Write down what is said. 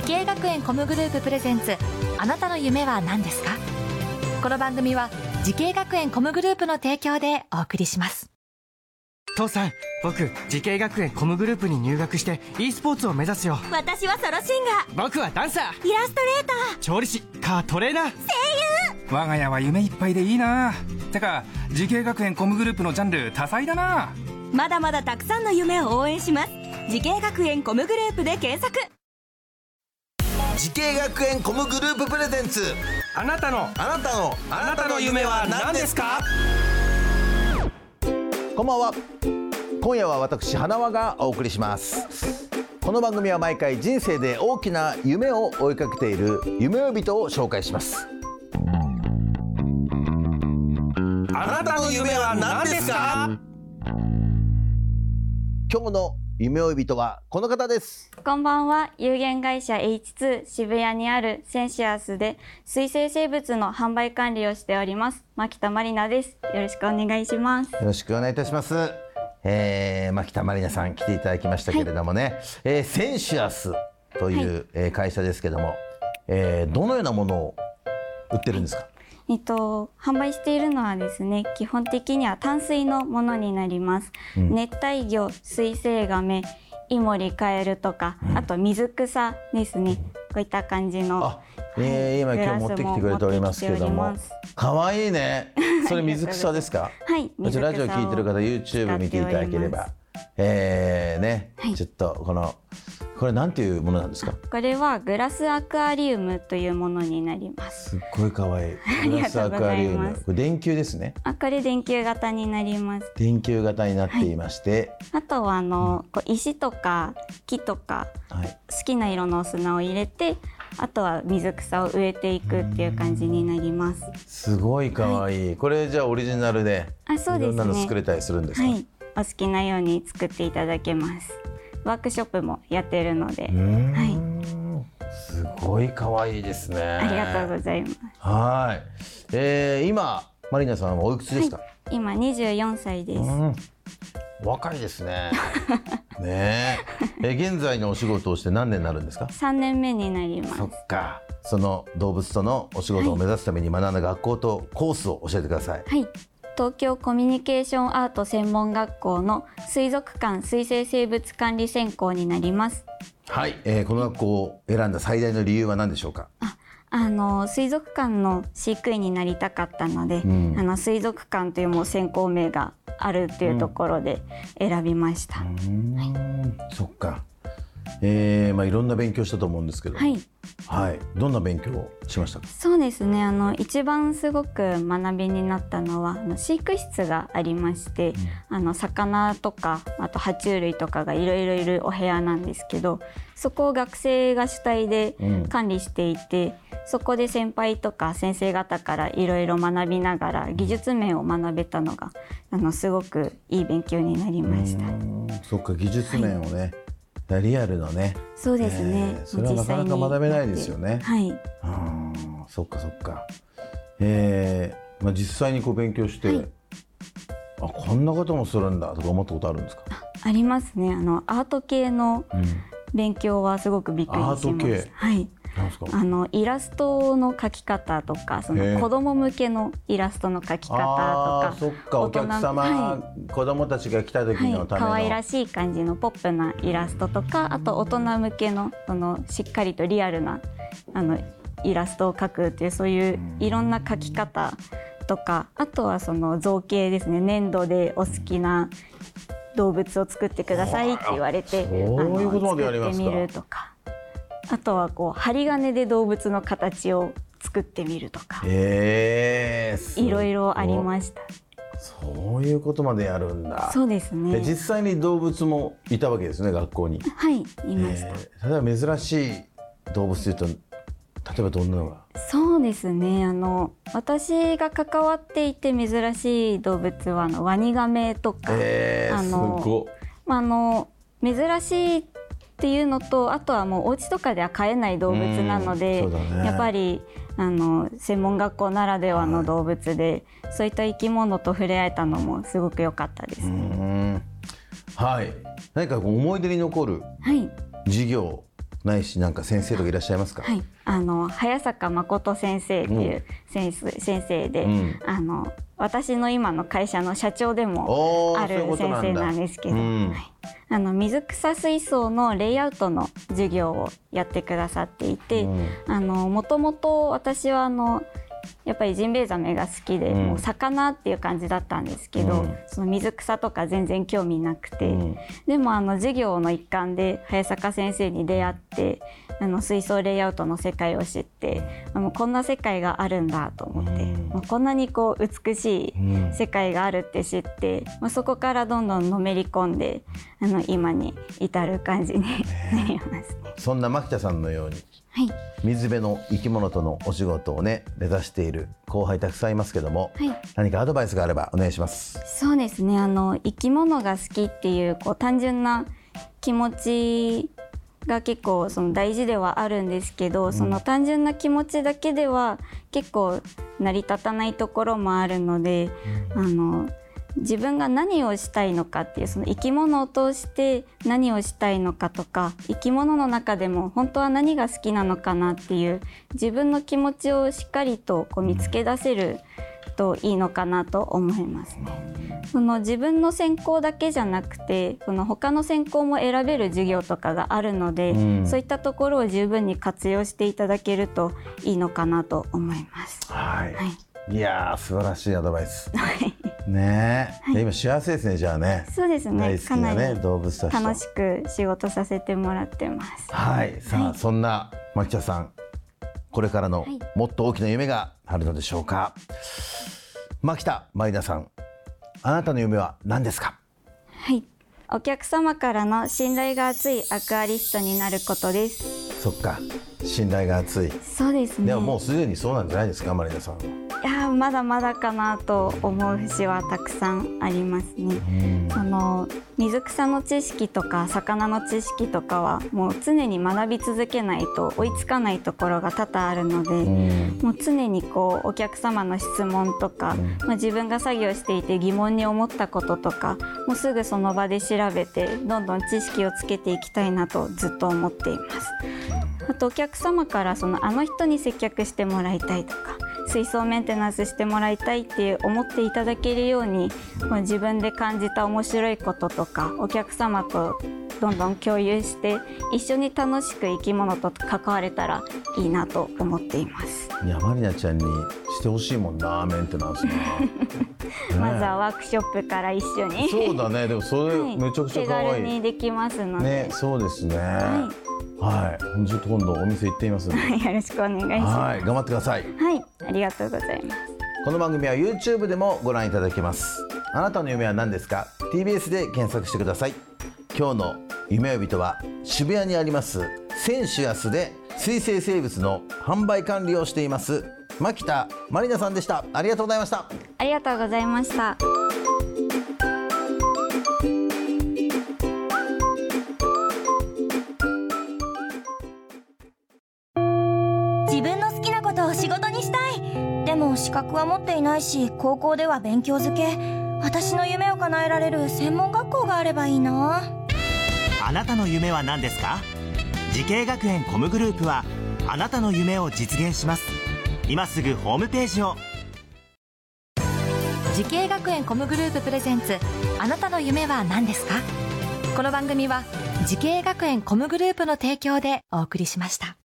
時系学園コムグループプレゼンツ、あなたの夢は何ですか？この番組は時系学園コムグループの提供でお送りします。 父さん、僕時系学園コムグループに入学して e スポーツを目指すよ。 私はソロシンガー、 僕はダンサー、 イラストレーター、 調理師、カートレーナー、声優。我が家は夢いっぱいでいいな。てか時系学園コムグループのジャンル多彩だな。 まだまだたくさんの夢を応援します。時系学園コムグループで検索。 時系学園コムグループプレゼンツ、 あなたの夢は何ですか？ こんばんは。今夜は私花輪がお送りします。この番組は毎回人生で大きな夢を追いかけている夢追い人を紹介します。 あなたの夢は何ですか？ 今日の夢追い人はこの方です。 こんばんは。有限会社 H2 渋谷にあるセンシアスで水生生物の販売管理をしております牧田まりなです。よろしくお願いします。 よろしくお願いいたします。牧田まりなさん来ていただきましたけれどもね、センシアスという、会社ですけども、どのようなものを売ってるんですか？ 販売しているのはですね、基本的には淡水のものになります。熱帯魚、水生ガメ、イモリカエルとか、あと水草ですね。こういった感じの、 今日持ってきてくれておりますけども、かわいいね。それ水草ですか？ はい、 水草をラジオ聞いてる方 YouTube 見ていただければ、ちょっとこれなんていうものなんですか？ これはグラスアクアリウムというものになります。 すっごいかわいい。グラスアクアリウム。これ電球ですね。 これ電球型になります。 電球型になっていまして、 あとは石とか木とか、好きな色の砂を入れて、あとは水草を植えていくっていう感じになります。 すごいかわいい。これじゃあオリジナルでいろんなの作れたりするんですか？はい、 お好きなように作っていただけます。ワークショップもやってるので、 すごい可愛いですね。 ありがとうございます。 はい。今まりなさんはおいくつですか？ 今24歳です。 若いですね。ねえ。現在のお仕事をして何年になるんですか ？3年目になります。 そっか。その動物とのお仕事を目指すために学んだ学校とコースを教えてください。 はい。東京コミュニケーションアート専門学校の水族館水生生物管理専攻になります。 はい、この学校を選んだ最大の理由は何でしょうか？ 水族館の飼育員になりたかったので、水族館というもう専攻名があるっていうところで選びました。 そっか。いろんな勉強したと思うんですけど、どんな勉強をしましたか？ そうですね、一番すごく学びになったのは飼育室がありまして、魚とかあと爬虫類とかがいろいろいるお部屋なんですけど、そこを学生が主体で管理していて、そこで先輩とか先生方からいろいろ学びながら技術面を学べたのがすごくいい勉強になりました。 そっか、技術面をね、リアルのね。 そうですね。 それはなかなか学べないですよね。 はい。 そっかそっか。実際に勉強して、こんなこともするんだとか思ったことあるんですか？ ありますね。アート系の勉強はすごくびっくりします。 アート系。 はい。イラストの描き方とか、子供向けのイラストの描き方とか、 そっか、お客様、子供たちが来た時のための可愛らしい感じのポップなイラストとか、あと大人向けのしっかりとリアルなイラストを描くっていう、そういういろんな描き方とか、あとは造形ですね。粘土でお好きな動物を作ってくださいって言われて、作ってみるとか。あとは針金で動物の形を作ってみるとか、いろいろありました。 そういうことまでやるんだ。 そうですね。 実際に動物もいたわけですね、学校に。 はい、いました。 例えば珍しい動物というと、例えばどんなのが？ そうですね。私が関わっていて珍しい動物はワニガメとか、 すごい。 珍しいっていうのと、あとはもうお家とかでは飼えない動物なので、やっぱり専門学校ならではの動物で、そういった生き物と触れ合えたのもすごく良かったですね。 はい。何か思い出に残る授業、 ないしなんか先生とかいらっしゃいますか？ はい、早坂誠先生っていう先生で、私の今の会社の社長でもある先生なんですけど、水草水槽のレイアウトの授業をやってくださっていて、もともと私はやっぱりジンベエザメが好きで、もう魚っていう感じだったんですけど、その水草とか全然興味なくて、でも授業の一環で早坂先生に出会って、水槽レイアウトの世界を知って、もうこんな世界があるんだと思って、もうこんなにこう美しい世界があるって知って、そこからどんどんのめり込んで今に至る感じになりますね。 そんな牧田さんのように、 はい、 水辺の生き物とのお仕事をね目指している後輩たくさんいますけども、何かアドバイスがあればお願いします。 そうですね、生き物が好きっていう単純な気持ちが結構大事ではあるんですけど、その単純な気持ちだけでは結構成り立たないところもあるので、自分が何をしたいのかっていう、その生き物を通して何をしたいのかとか、生き物の中でも本当は何が好きなのかなっていう自分の気持ちをしっかりと見つけ出せるといいのかなと思いますね。その自分の専攻だけじゃなくて、その他の専攻も選べる授業とかがあるので、そういったところを十分に活用していただけるといいのかなと思います。 はい、 はい、 いやー素晴らしいアドバイスねえ、今幸せですね。じゃあね、 そうですね、 大好きなね動物たちと楽しく仕事させてもらってます。 はい、さあ、そんな牧田さん、これからのもっと大きな夢があるのでしょうか。牧田まりなさん、あなたの夢は何ですか？ はい、お客様からの信頼が厚いアクアリストになることです。 そっか、信頼が厚い。 そうですね。 でももうすでにそうなんじゃないですか、まりなさんは。 いやまだまだかなと思う節はたくさんありますね。水草の知識とか魚の知識とかはもう常に学び続けないと追いつかないところが多々あるので、もう常にお客様の質問とか、自分が作業していて疑問に思ったこととかもうすぐその場で調べてどんどん知識をつけていきたいなとずっと思っています。あとお客様からあの人に接客してもらいたいとか、水槽メンテナンスしてもらいたいって思っていただけるように、自分で感じた面白いこととかお客様とどんどん共有して一緒に楽しく生き物と関われたらいいなと思っています。 いやまりなちゃんにしてほしいもんな、メンテナンスなまずはワークショップから一緒にそうだね。でもそれめちゃくちゃ可愛い、 手軽にできますのでね。そうですね。はい、ちょっと今度お店行ってみますのでよろしくお願いします。 はい、頑張ってください。 はい、ありがとうございます。 この番組は YouTube でもご覧いただけます。あなたの夢は何ですか？ TBS で検索してください。今日の夢呼人は渋谷にありますセンシュアスで水生生物の販売管理をしています牧田まりなさんでした。ありがとうございました。 ありがとうございました。 自分の好きなことを仕事にしたい。でも資格は持っていないし、高校では勉強づけ。私の夢を叶えられる専門学校があればいいな。 あなたの夢は何ですか？時系学園コムグループはあなたの夢を実現します。今すぐホームページを。 時系学園コムグループプレゼンツ、あなたの夢は何ですか？この番組は時系学園コムグループの提供でお送りしました。